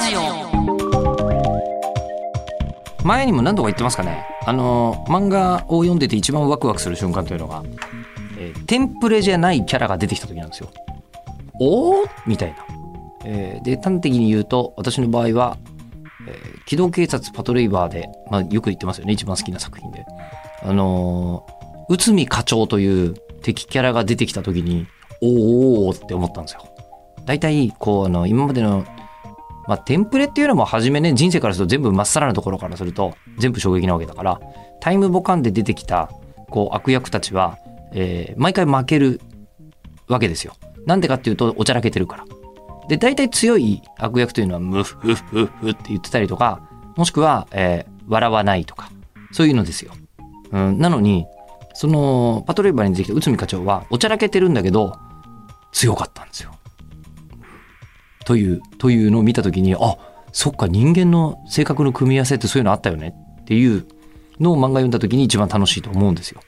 ジオ。前にも何度か言ってますかね。漫画を読んでて一番ワクワクする瞬間というのが、テンプレじゃないキャラが出てきた時なんですよ。おーみたいな。で端的に言うと私の場合は、機動警察パトレイバーで、よく言ってますよね、一番好きな作品で。内海課長という敵キャラが出てきた時におーって思ったんですよ。だいたいこう今までの、テンプレっていうのも初めね、人生からすると全部まっさらなところからすると全部衝撃なわけだから、タイムボカンで出てきたこう悪役たちは、毎回負けるわけですよ。なんでかっていうとおちゃらけてるから。で大体強い悪役というのはムフフフフって言ってたりとか、もしくは、笑わないとかそういうのですよ。なのにそのパトレーバーに出てきた内海課長はおちゃらけてるんだけど強かったんですよ。というのを見たときに、あ、そっか、人間の性格の組み合わせってそういうのあったよねっていうのを漫画読んだときに一番楽しいと思うんですよ。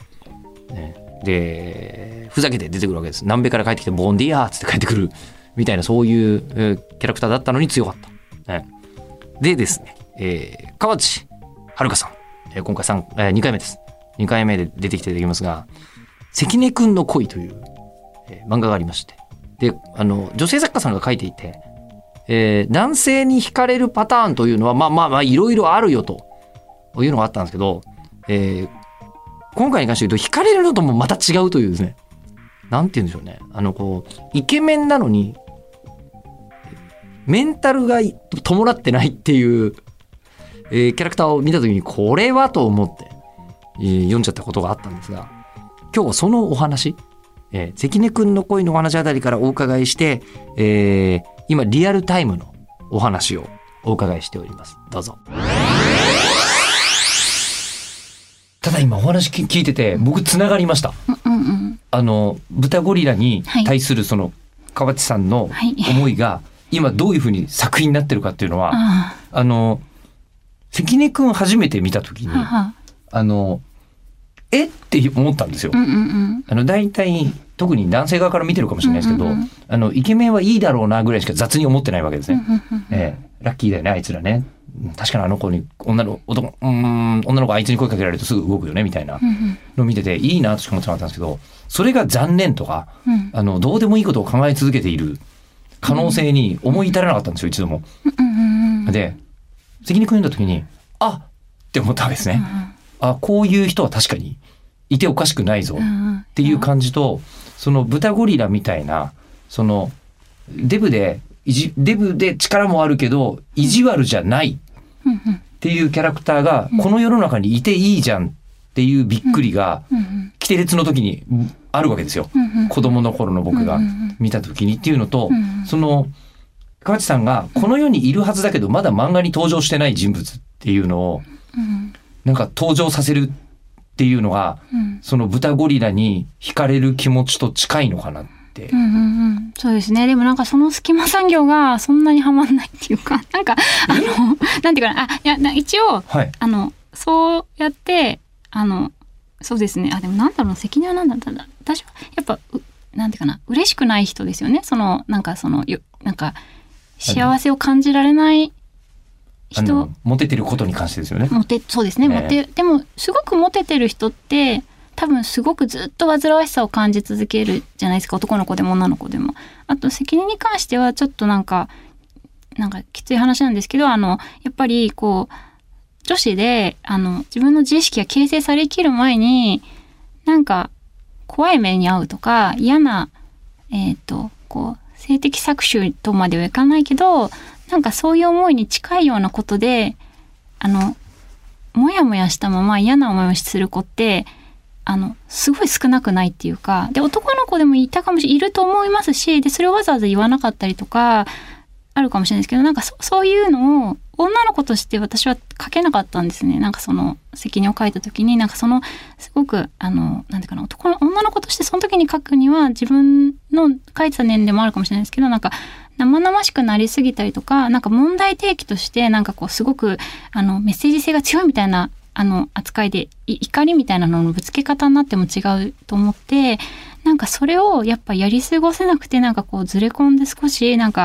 でふざけて出てくるわけです。南米から帰ってきてボンディアーっつって帰ってくるみたいな、そういうキャラクターだったのに強かった。でですね、川内遥さん、今回2回目です。2回目で出てきていただきますが、関根くんの恋という、漫画がありまして、で女性作家さんが書いていて、男性に惹かれるパターンというのはいろいろあるよというのがあったんですけど、今回に関して言うと惹かれるのともまた違うというですね、なんて言うんでしょうね、こうイケメンなのにメンタルが伴ってないっていう、キャラクターを見た時にこれはと思って、読んじゃったことがあったんですが、今日はそのお話、関根くんの恋のお話あたりからお伺いして、今リアルタイムのお話をお伺いしております。どうぞ。ただ今お話聞いてて僕つながりました。豚ゴリラに対するその河内さんの思いが今どういうふうに作品になってるかっていうのは、関根くん初めて見た時にって思ったんですよ。大体特に男性側から見てるかもしれないですけど、イケメンはいいだろうなぐらいしか雑に思ってないわけですね。ラッキーだよねあいつらね。確かにあの子に女の子あいつに声かけられるとすぐ動くよねみたいなのを見てていいなとしか思ってなかったんですけど、それが残念とか、どうでもいいことを考え続けている可能性に思い至らなかったんですよ、一度も。で関根君読んだ時にって思ったわけですね。こういう人は確かにいておかしくないぞっていう感じと、その豚ゴリラみたいなそのデブで力もあるけど意地悪じゃないっていうキャラクターがこの世の中にいていいじゃんっていうびっくりがキテレツの時にあるわけですよ。子供の頃の僕が見た時にっていうのと、その河内さんがこの世にいるはずだけどまだ漫画に登場してない人物っていうのをなんか登場させるっていうのが、その豚ゴリラに惹かれる気持ちと近いのかなって。 そうですね。でもなんかその隙間産業がそんなにはまんないっていうか、なんかなんていうかな、一応、そうやってそうですね。でもなんだろう、責任はなんだろう。私はやっぱなんていうかな、嬉しくない人ですよね。なんか幸せを感じられない人、 モテてることに関してですよね。 そうですね。でもすごくモテてる人って多分すごくずっと煩わしさを感じ続けるじゃないですか、男の子でも女の子でも。あと責任に関してはちょっとなんかきつい話なんですけど、やっぱりこう女子で自分の自意識が形成されきる前になんか怖い目に遭うとか嫌なこう性的搾取とまではいかないけど、なんかそういう思いに近いようなことでもやもやしたまま嫌な思いをする子ってすごい少なくないっていうか、で男の子でもいると思いますし、でそれをわざわざ言わなかったりとかあるかもしれないですけど、なんかそういうのを女の子として私は書けなかったんですね。なんかその責任を書いた時になんかすごくなんていうかな、女の子としてその時に書くには自分の書いてた年齢もあるかもしれないですけど、なんか生々しくなりすぎたりとか、なんか問題提起としてなんかこうすごくメッセージ性が強いみたいな扱いで怒りみたいなののぶつけ方になっても違うと思って、なんかそれをやっぱやり過ごせなくて、なんかこうずれ込んで少しなんか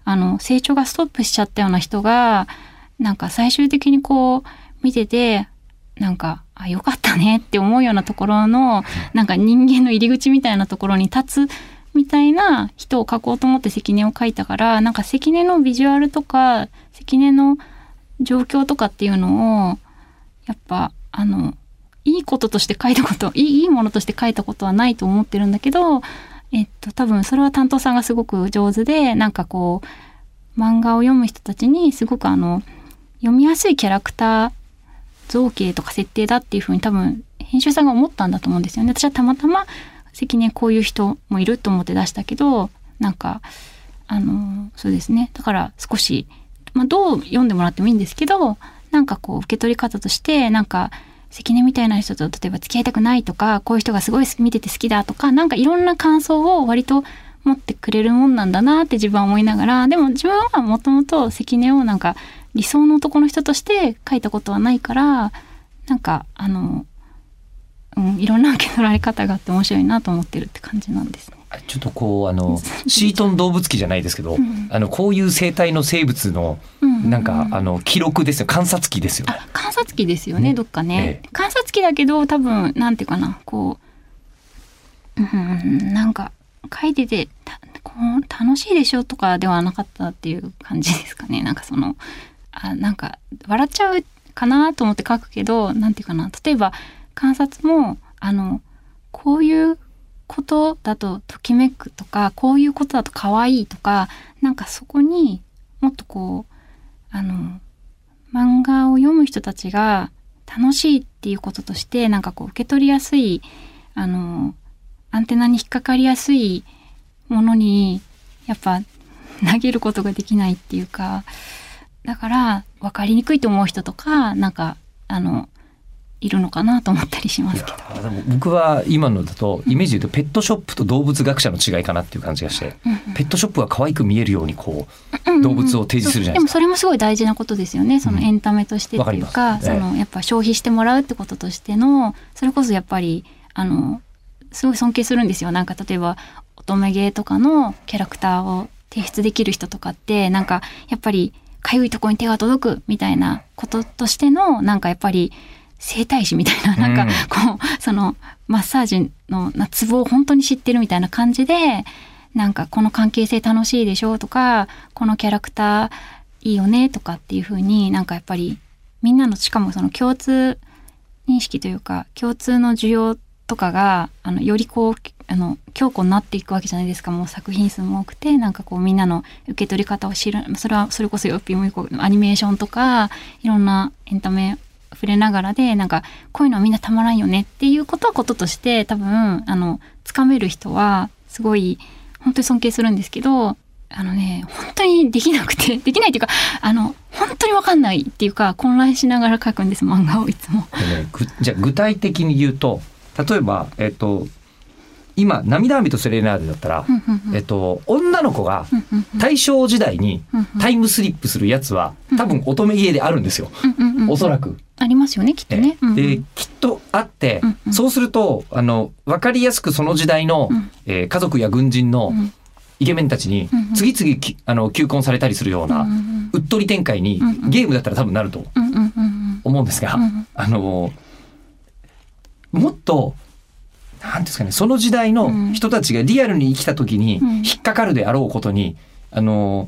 成長がストップしちゃったような人がなんか最終的にこう見ててなんかよかったねって思うようなところのなんか人間の入り口みたいなところに立つみたいな人を描こうと思って関根を描いたから、なんか関根のビジュアルとか関根の状況とかっていうのをやっぱいいこととして書いたこといいものとして書いたことはないと思ってるんだけど、多分それは担当さんがすごく上手で、なんかこう漫画を読む人たちにすごく読みやすいキャラクター造形とか設定だっていうふうに多分編集さんが思ったんだと思うんですよね。私はたまたま関根こういう人もいると思って出したけど、なんかそうですね、だから少し、どう読んでもらってもいいんですけど、なんかこう受け取り方としてなんか関根みたいな人と例えば付き合いたくないとか、こういう人がすごい見てて好きだとか、なんかいろんな感想を割と持ってくれるもんなんだなって自分は思いながら、でも自分はもともと関根をなんか理想の男の人として書いたことはないから、なんかいろんな受け取られ方があって面白いなと思ってるって感じなんですね。 ちょっとこうシートン動物記じゃないですけど、こういう生態の生物のなんか記録ですよ、観察記ですよね。 観察記ですよね、どっかね、観察記だけど多分なんていうかな、こうなんか書いてて楽しいでしょとかではなかったっていう感じですかね。なんかなんか笑っちゃうかなと思って書くけど、なんていうかな、例えば観察もこういうことだとときめくとか、こういうことだと可愛いとか、なんかそこにもっとこう漫画を読む人たちが楽しいっていうこととしてなんかこう受け取りやすいアンテナに引っかかりやすいものにやっぱ投げることができないっていうか、だから分かりにくいと思う人とかなんかいるのかなと思ったりしますけど、 でも僕は今のだとイメージで言うとペットショップと動物学者の違いかなっていう感じがして、ペットショップは可愛く見えるようにこう動物を提示するじゃないですか。 でもそれもすごい大事なことですよね、そのエンタメとしてっていうか、やっぱ消費してもらうってこととしての、それこそやっぱりすごい尊敬するんですよ。なんか例えば乙女芸とかのキャラクターを提出できる人とかってなんかやっぱりかゆいところに手が届くみたいなこととしてのなんかやっぱり整体師みたいな、なんかこうそのマッサージのツボを本当に知ってるみたいな感じで、なんかこの関係性楽しいでしょとか、このキャラクターいいよねとかっていう風になんかやっぱりみんなのしかもその共通認識というか共通の需要とかがよりこう強固になっていくわけじゃないですか。もう作品数も多くてなんかこうみんなの受け取り方を知る、それこそよっぴーもよくアニメーションとかいろんなエンタメ触れながらでなんかこういうのはみんなたまらんよねっていうことはこととして多分つかめる人はすごい本当に尊敬するんですけど、本当にできないっていうか本当に分かんないっていうか混乱しながら書くんです漫画をいつも。 じゃあ具体的に言うと例えば今涙飴とセレナーデだったら、女の子が大正時代にタイムスリップするやつは多分乙女芸であるんですよ、おそらく。 ありますよねきっとね。 できっとあって、そうすると分かりやすくその時代の、家族や軍人のイケメンたちに次々求婚されたりするようなうっとり展開にゲームだったら多分なると思うんですが、もっとなんていうんですかね、その時代の人たちがリアルに生きた時に引っかかるであろうことに、延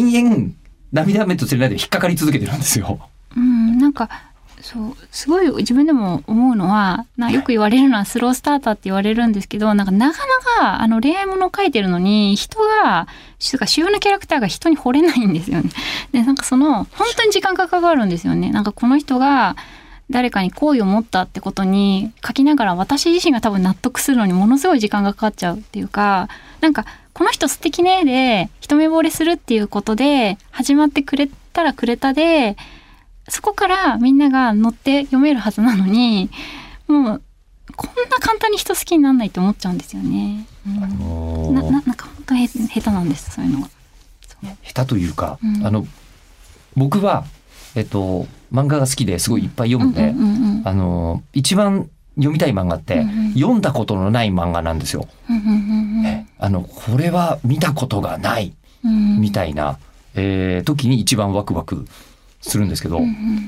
々涙目とセレナで引っかかり続けてるんですよ。 なんかそうすごい自分でも思うのはよく言われるのはスロースターターって言われるんですけど、なんかなかなか恋愛ものを書いてるのに主要なキャラクターが人に惚れないんですよね。でなんか本当に時間がかかるんですよね。なんかこの人が誰かに好意を持ったってことに書きながら私自身が多分納得するのにものすごい時間がかかっちゃうっていうか、なんかこの人素敵ねで一目惚れするっていうことで始まってくれたらくれたで、そこからみんなが乗って読めるはずなのにもうこんな簡単に人好きにならないと思っちゃうんですよね。なんか本当に下手なんです、そういうのが。 下手というか、僕は漫画が好きですごいいっぱい読むんで、一番読みたい漫画って、読んだことのない漫画なんですよ。これは見たことがないみたいな時に一番ワクワクするんですけど、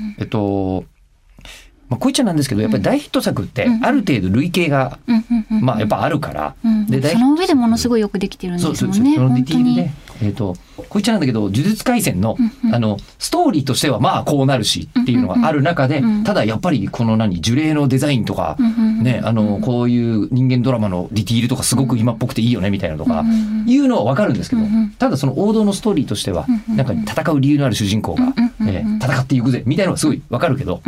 こう言っちゃなんですけど、やっぱり大ヒット作ってある程度類型がやっぱあるから、 でその上でものすごいよくできてるんですもんね。 そのディティールで、こう言っちゃなんだけど、呪術廻戦のストーリーとしてはまあこうなるしっていうのがある中で、ただやっぱりこの呪霊のデザインとかね、こういう人間ドラマのディティールとかすごく今っぽくていいよねみたいなとかいうのはわかるんですけど、ただその王道のストーリーとしてはなんか戦う理由のある主人公が戦っていくぜみたいなのはすごいわかるけど、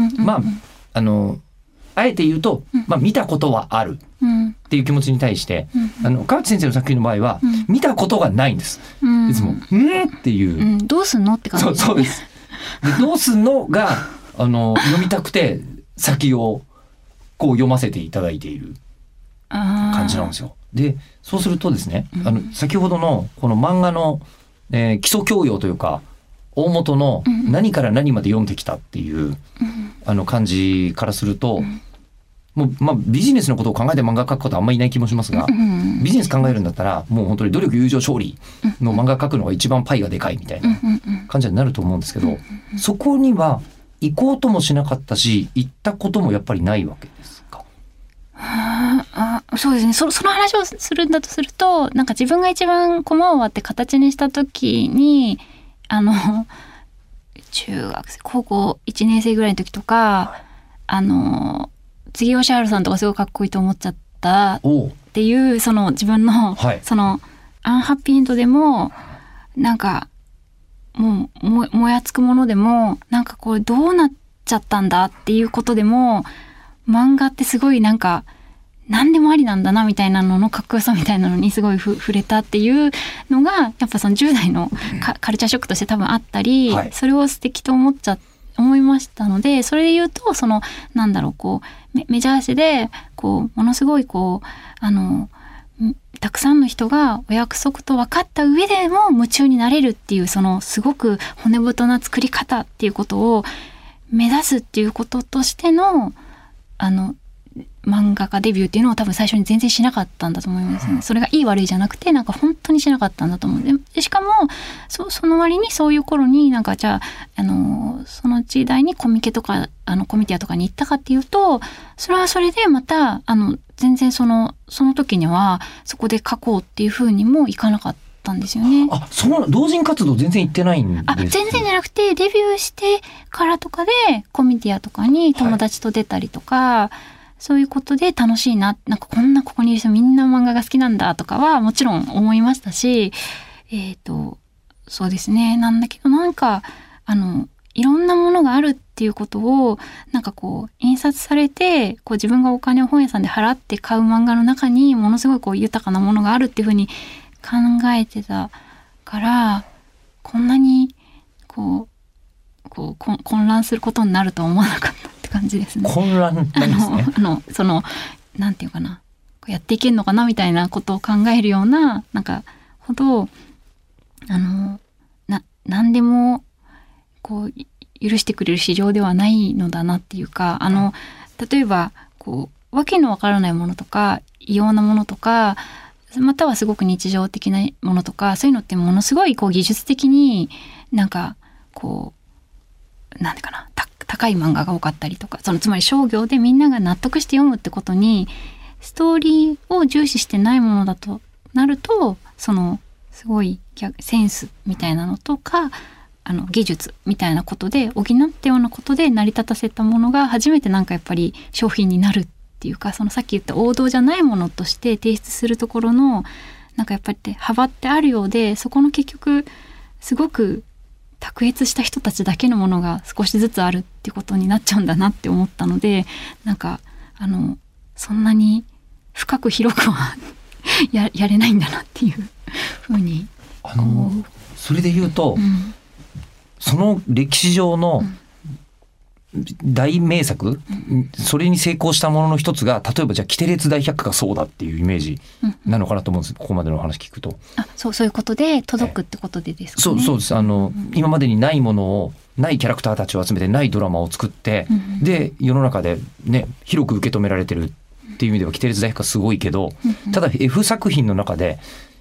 あえて言うと、見たことはあるっていう気持ちに対して、河内先生の作品の場合は、見たことがないんです。いつもっていう、 どうすんのって感じ。 そうです。でどうすんのが読みたくて先をこう読ませていただいている感じなんですよ。でそうするとですね、先ほどのこの漫画の、基礎教養というか大元の何から何まで読んできたっていう、感じからすると、もうビジネスのことを考えて漫画描くことはあんまりいない気もしますが、ビジネス考えるんだったらもう本当に努力友情勝利の漫画描くのが一番パイがでかいみたいな感じになると思うんですけど、そこには行こうともしなかったし行ったこともやっぱりないわけですか？ そうですね。その話をするんだとすると、なんか自分が一番駒を割って形にした時に中学生高校1年生ぐらいの時とか、杉吉春さんとかすごいかっこいいと思っちゃったっていうその自分の、そのアンハッピーエンドでもなんかもやつくものでもなんかこれどうなっちゃったんだっていうことでも漫画ってすごいなんか何でもありなんだなみたいなののかっこよさみたいなのにすごい触れたっていうのがやっぱその10代のカルチャーショックとして多分あったり、それを素敵と思いましたので、それで言うとそのなんだろうこうメジャー誌でこうものすごいこうたくさんの人がお約束と分かった上でも夢中になれるっていうそのすごく骨太な作り方っていうことを目指すっていうこととしての漫画家デビューっていうのを多分最初に全然しなかったんだと思いますね。それがいい悪いじゃなくてなんか本当にしなかったんだと思う。でしかもその割にそういう頃になんかじゃあその時代にコミケとかコミティアとかに行ったかっていうとそれはそれでまた全然その時にはそこで書こうっていう風にもいかなかったんですよね。 同人活動全然行ってないんですか？ 全然じゃなくてデビューしてからとかでコミティアとかに友達と出たりとか、そういうことで楽しいな、なんかここにいる人みんな漫画が好きなんだとかはもちろん思いましたし、そうですね。なんだけどなんかいろんなものがあるっていうことをなんかこう印刷されてこう自分がお金を本屋さんで払って買う漫画の中にものすごいこう豊かなものがあるっていうふうに考えてたからこんなにこう混乱することになるとは思わなかったって感じですね。 混乱なんですね。 そのなんていうかなやっていけるのかなみたいなことを考えるようななんかほど何でもこう許してくれる市場ではないのだなっていうか例えばこうわけのわからないものとか異様なものとかまたはすごく日常的なものとかそういうのってものすごいこう技術的になんかこうなんていうかな高い漫画が多かったりとかつまり商業でみんなが納得して読むってことにストーリーを重視してないものだとなるとすごいセンスみたいなのとか技術みたいなことで補ったようなことで成り立たせたものが初めてなんかやっぱり商品になるっていうかさっき言った王道じゃないものとして提出するところのなんかやっぱり幅ってあるようでそこの結局すごく卓越した人たちだけのものが少しずつあるってことになっちゃうんだなって思ったのでなんかそんなに深く広くはやれないんだなっていうふうにそれで言うと、その歴史上の大名作、それに成功したものの一つが例えばじゃあキテレツ大百科がそうだっていうイメージなのかなと思うんです、ここまでの話聞くと。 そういうことで届くってことでですかね。 そうです。今までにないものをないキャラクターたちを集めてないドラマを作って、で世の中でね広く受け止められてるっていう意味ではキテレツ大百科すごいけど、ただ F 作品の中で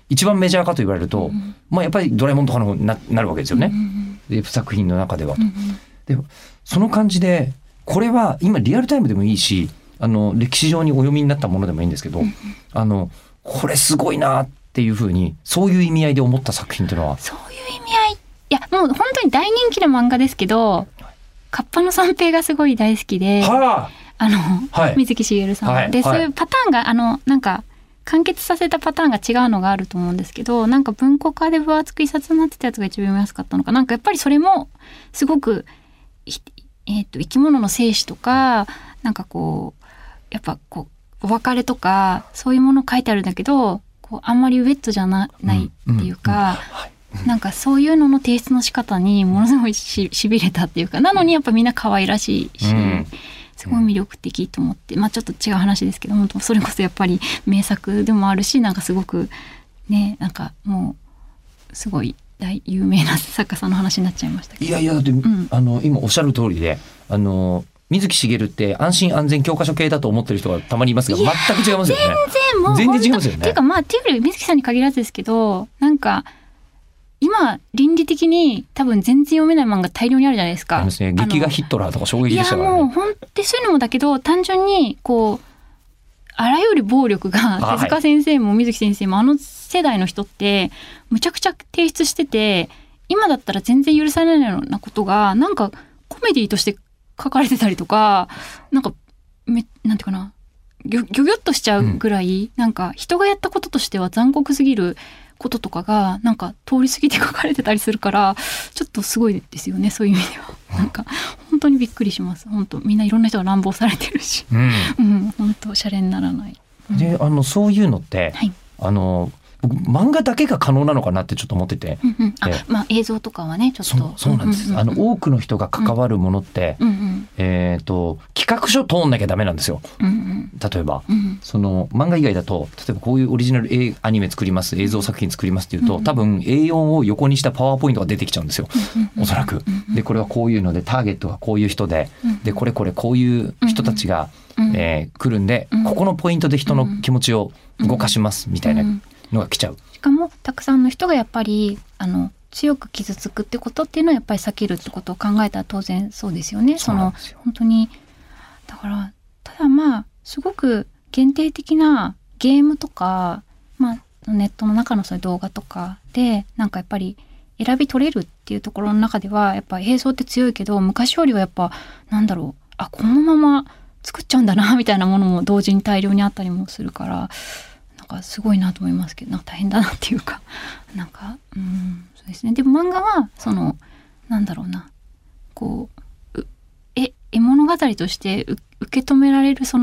一番メジャーかと言われると、まあ、やっぱりドラえもんとかの方に なるわけですよね、で作品の中ではと、でその感じでこれは今リアルタイムでもいいし歴史上にお読みになったものでもいいんですけど、これすごいなっていうふうにそういう意味合いで思った作品というのは。 そういう意味合い、いやもう本当に大人気の漫画ですけど、カッパの三平がすごい大好きで、 はあ、はい、 水木しげるさん、はい、で、そういうパターンがなんか完結させたパターンが違うのがあると思うんですけど、なんか文庫化で分厚く一冊になってたやつが一番読みやすかったのかなんかやっぱりそれもすごく生き物の生死とかなんかこうやっぱこうお別れとかそういうもの書いてあるんだけどこうあんまりウェットじゃないっていうか、なんかそういうのの提出の仕方にものすごいしびれたっていうか、なのにやっぱみんな可愛らしいし、すごい魅力的と思って、まあちょっと違う話ですけど、本当それこそやっぱり名作でもあるし、なんかすごくね、なんかもうすごい大有名な作家さんの話になっちゃいましたけど。 いやいやだって、今おっしゃる通りで水木しげるって安心安全教科書系だと思ってる人がたまにいますが、全く違いますよね。全然違いますよね。 っていうかまあっていうより水木さんに限らずですけど、なんか今倫理的に多分全然読めない漫画大量にあるじゃないですか。 劇画ヒットラーとか衝撃でしたからね。 いやもう本当そういうのもだけど、単純にこうあらゆる暴力が手塚先生も水木先生も世代の人ってむちゃくちゃ提出してて、今だったら全然許されないようなことがなんかコメディとして書かれてたりとか、なんかなんていうかな、ギョギョっとしちゃうぐらい、なんか人がやったこととしては残酷すぎることとかがなんか通り過ぎて書かれてたりするから、ちょっとすごいですよね、そういう意味では。なんか本当にびっくりします。本当みんないろんな人が乱暴されてるし、本当シャレにならない。 でそういうのって、はい、僕漫画だけが可能なのかなってちょっと思ってて、 まあ映像とかはねちょっとそうなんです。多くの人が関わるものって、企画書通んなきゃダメなんですよ。例えば、その漫画以外だと例えばこういうオリジナルアニメ作ります、映像作品作りますっていうと、多分 A4 を横にしたパワーポイントが出てきちゃうんですよ、おそらく。でこれはこういうのでターゲットはこういう人で、でこれこういう人たちが、来るんで、ここのポイントで人の気持ちを動かしますみたいなのが来ちゃう。 しかもたくさんの人がやっぱり強く傷つくってことっていうのはやっぱり避けるってことを考えたら当然そうですよね。本当にだからただまあすごく限定的なゲームとか、まあ、ネットの中のそういう動画とかでなんかやっぱり選び取れるっていうところの中ではやっぱ映像って強いけど、昔よりはやっぱなんだろう、このまま作っちゃうんだなみたいなものも同時に大量にあったりもするから、なんかすごいなと思いますけど、なんか大変だなっていうか、なんかそうですね。でも漫画はなんだろうな、こう絵物語として受け止められるちょ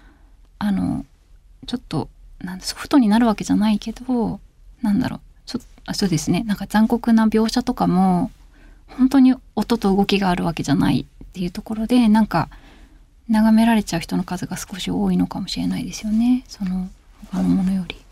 っとソフトになるわけじゃないけど、なんだろう、そうですね、なんか残酷な描写とかも本当に音と動きがあるわけじゃないっていうところで、なんか眺められちゃう人の数が少し多いのかもしれないですよね、他のものより。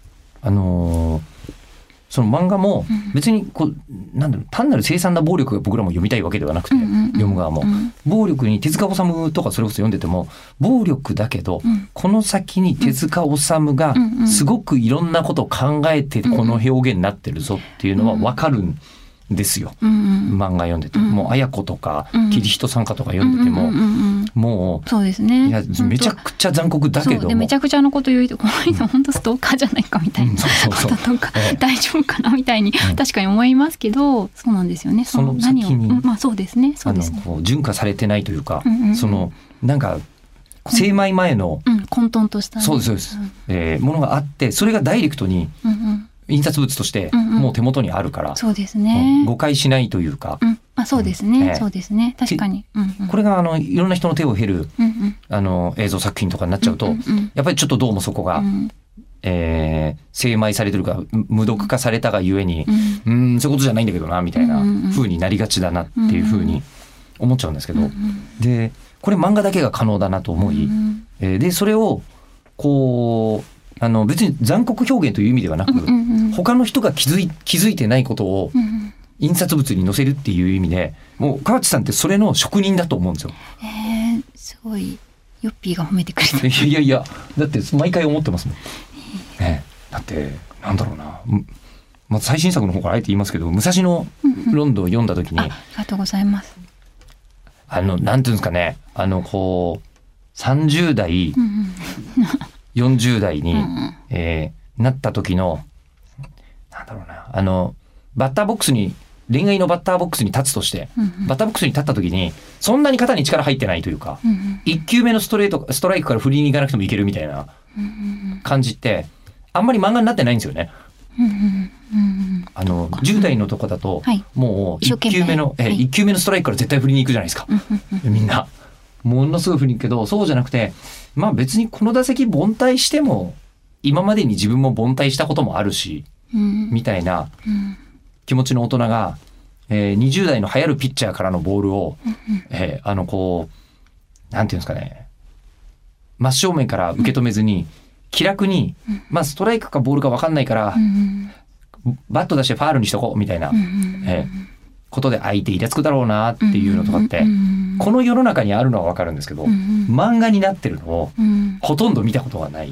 その漫画も別になんだろう、単なる凄惨な暴力が僕らも読みたいわけではなくて、読む側も暴力に手塚治虫とかそれこそ読んでても暴力だけど、この先に手塚治虫がすごくいろんなことを考えてこの表現になってるぞっていうのは分かるんですよ、漫画読んでて。もう綾子とか桐人さんかとか読んでても、もうそうですね、 いやめちゃくちゃ残酷だけども、 めちゃくちゃなこと言うとこの人本当ストーカーじゃないかみたいなこととか、大丈夫かなみたいに確かに思いますけど、そうなんですよね。 その先にまあそうですね、そうですね、 純化されてないというか、なんか精米前の混沌とした、 そうですそうです、ものがあって、それがダイレクトに印刷物としてもう手元にあるから、 そうですね、 誤解しないというか、 そうですね、そうですね、確かに、 これがいろんな人の手を経る映像作品とかになっちゃうと、やっぱりちょっとどうもそこが精米されてるか無毒化されたがゆえに、そういうことじゃないんだけどなみたいな風になりがちだなっていう風に思っちゃうんですけど、でこれ漫画だけが可能だなと思い、でそれをこう別に残酷表現という意味ではなく、他の人が気づいてないことを印刷物に載せるっていう意味で、もう河内さんってそれの職人だと思うんですよ。 すごいヨッピーが褒めてくれた。 いやだって毎回思ってますもん、だってなんだろうな、まあ、最新作の方からあえて言いますけど、武蔵野ロンドンを読んだ時に、 ありがとうございます。 なんていうんですかね、こう30代、40代に、なった時のなんだろうな、バッターボックスに、恋愛のバッターボックスに立つとして、バッターボックスに立った時にそんなに肩に力入ってないというか、1球目のストライクから振りに行かなくてもいけるみたいな感じってあんまり漫画になってないんですよね。10代のとこだと、もう1球目の、1球目のストライクから絶対振りに行くじゃないですか、みんなものすごい振りに行くけど、そうじゃなくて、まあ別にこの打席凡退しても今までに自分も凡退したこともあるし、みたいな気持ちの大人が、20代の流行るピッチャーからのボールを、こうなんていうんですかね、真正面から受け止めずに気楽に、まあストライクかボールか分かんないから、バット出してファールにしとこうみたいな、ことで相手イラつくだろうなっていうのとかって、この世の中にあるのは分かるんですけど、漫画になってるのをほとんど見たことがない。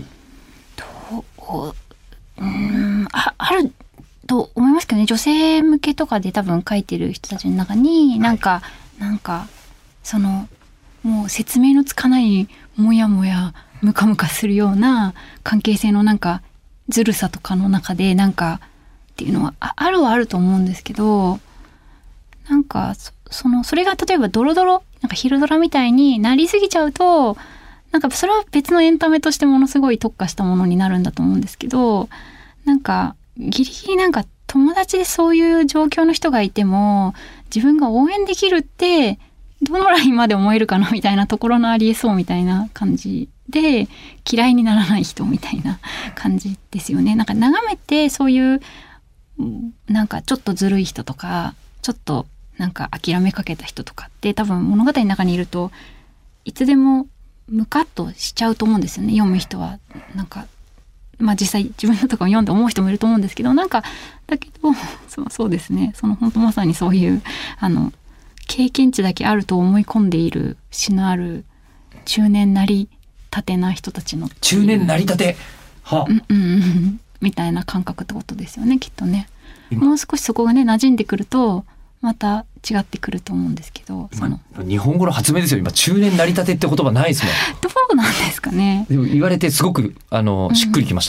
あると思いますけどね。女性向けとかで多分書いてる人たちの中になんかそのもう説明のつかないもやもやムカムカするような関係性のなんかずるさとかの中でなんかっていうのはあると思うんですけど、なんかそれが例えばドロドロなんか昼ドラみたいになりすぎちゃうと、なんかそれは別のエンタメとしてものすごい特化したものになるんだと思うんですけど、なんかギリギリなんか友達でそういう状況の人がいても自分が応援できるってどのラインまで思えるかなみたいなところのありえそうみたいな感じで、嫌いにならない人みたいな感じですよね。なんか眺めてそういうなんかちょっとずるい人とかちょっとなんか諦めかけた人とかって多分物語の中にいるといつでもムカッとしちゃうと思うんですよね。読む人はなんかまあ実際自分のとかを読んで思う人もいると思うんですけど、なんかだけどそうですね、本当まさにそういう経験値だけあると思い込んでいる詩のある中年なりたてな人たちの中年なりたてみたいな感覚ってことですよね、きっとね。もう少しそこがね馴染んでくるとまた違ってくると思うんですけど、 日本語の発明ですよ。今中年なりたてって言葉ないですもん。 どうなんですかね。 でも言われてすごくしっくりきました。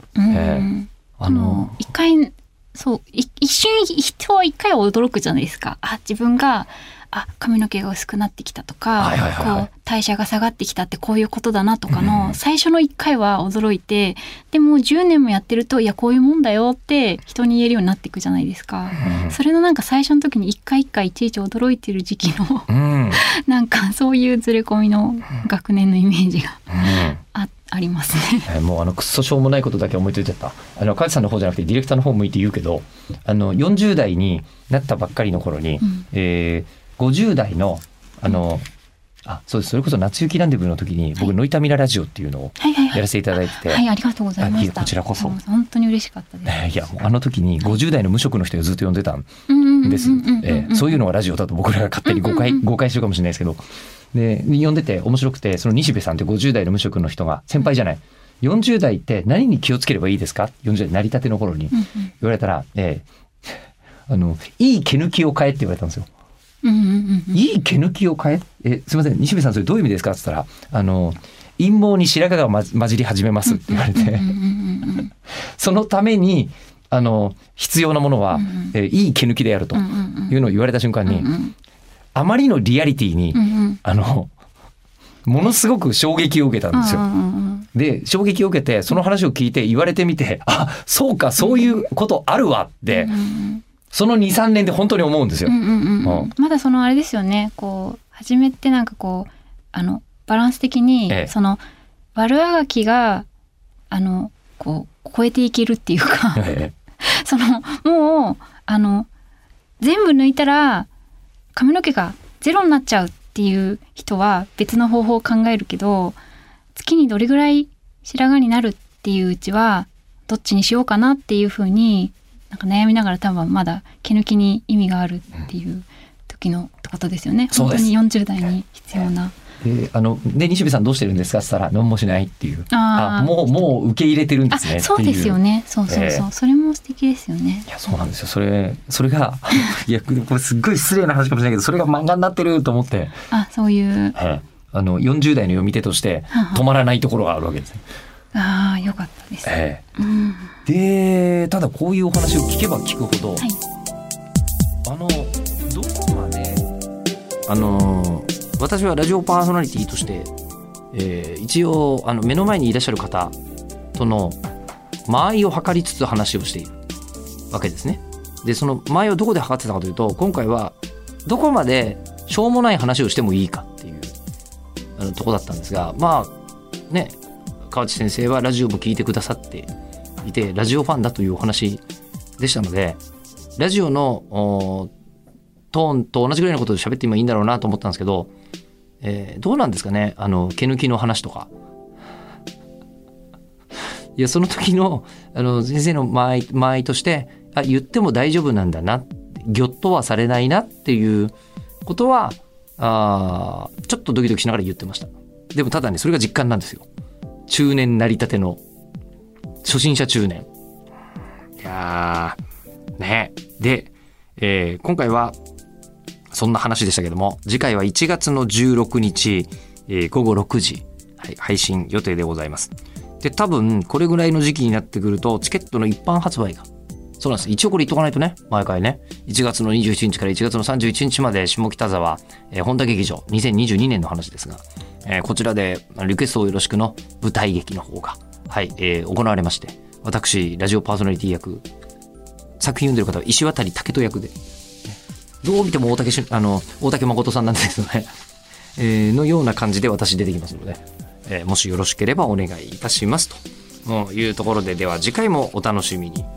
一回一瞬人は一回驚くじゃないですか。自分が髪の毛が薄くなってきたとか、こう代謝が下がってきたってこういうことだなとかの最初の1回は驚いて、でも10年もやってるといやこういうもんだよって人に言えるようになっていくじゃないですか。それのなんか最初の時に一回一回いちいち驚いてる時期のなんかそういうずれ込みの学年のイメージがありますね。 もうくっそしょうもないことだけ思いついちゃった。梶さんの方じゃなくてディレクターの方向いて言うけど、40代になったばっかりの頃に、50代のそうです、それこそ夏雪ランデブーの時に僕ノイタミララジオっていうのをやらせていただいてて、 ありがとうございました。 こちらこそ本当に嬉しかったです。 いやもう時に50代の無職の人がずっと呼んでたんです。そういうのがラジオだと僕らが勝手に誤解してるかもしれないですけど、で呼んでて面白くて、その西部さんって50代の無職の人が先輩じゃない、40代って何に気をつければいいですか、40代成り立ての頃に言われたら、いい毛抜きを変えって言われたんですよ。いい毛抜きを変え、すいません西部さんそれどういう意味ですかって言ったら、陰謀に白髪が混じり始めますって言われてそのために必要なものは、いい毛抜きでやるというのを言われた瞬間に、あまりのリアリティに、ものすごく衝撃を受けたんですよ。で衝撃を受けてその話を聞いて言われてみて、そうかそういうことあるわってその 2,3 年で本当に思うんですよ。 まだあれですよね、こう初めてなんかこうバランス的に、悪あがきがこう超えていけるっていうかもう全部抜いたら髪の毛がゼロになっちゃうっていう人は別の方法を考えるけど、月にどれぐらい白髪になるっていううちはどっちにしようかなっていうふうになんか悩みながら多分まだ毛抜きに意味があるっていう時のってことですよね。本当に40代に必要なで西部さんどうしてるんですかって言ったら何もしないっていう。 あもう受け入れてるんですねっていう。 そうですよね。そう、それも素敵ですよね。 いやそうなんですよ。それがいやこれすっごい失礼な話かもしれないけど、それが漫画になってると思って。 そういう。 40代の読み手として止まらないところがあるわけですね。 よかったです。 でただこういうお話を聞けば聞くほど、どこまで私はラジオパーソナリティとして、一応目の前にいらっしゃる方との間合いを測りつつ話をしているわけですね。でその間合いをどこで測ってたかというと、今回はどこまでしょうもない話をしてもいいかっていうとこだったんですが、まあね、河内先生はラジオも聞いてくださっていてラジオファンだというお話でしたので、ラジオのトーンと同じぐらいのことで喋って今いいんだろうなと思ったんですけど、どうなんですかね、毛抜きの話とか。いやその時の先生の間合いとして言っても大丈夫なんだな、ぎょっとはされないなっていうことはちょっとドキドキしながら言ってました。でもただね、それが実感なんですよ。中年なりたての初心者中年。いやね。で、今回はそんな話でしたけども、次回は1月の16日、午後6時、配信予定でございます。で多分これぐらいの時期になってくるとチケットの一般発売が、そうなんです、一応これ言っとかないとね、毎回ね、1月の27日から1月の31日まで下北沢、本田劇場、2022年の話ですが、こちらでリクエストをよろしくの舞台劇の方が、行われまして、私ラジオパーソナリティ役、作品読んでる方は石渡武人役で、どう見ても大竹誠さんなんですけどね、のような感じで私出てきますので、もしよろしければお願いいたしますというところで、では次回もお楽しみに。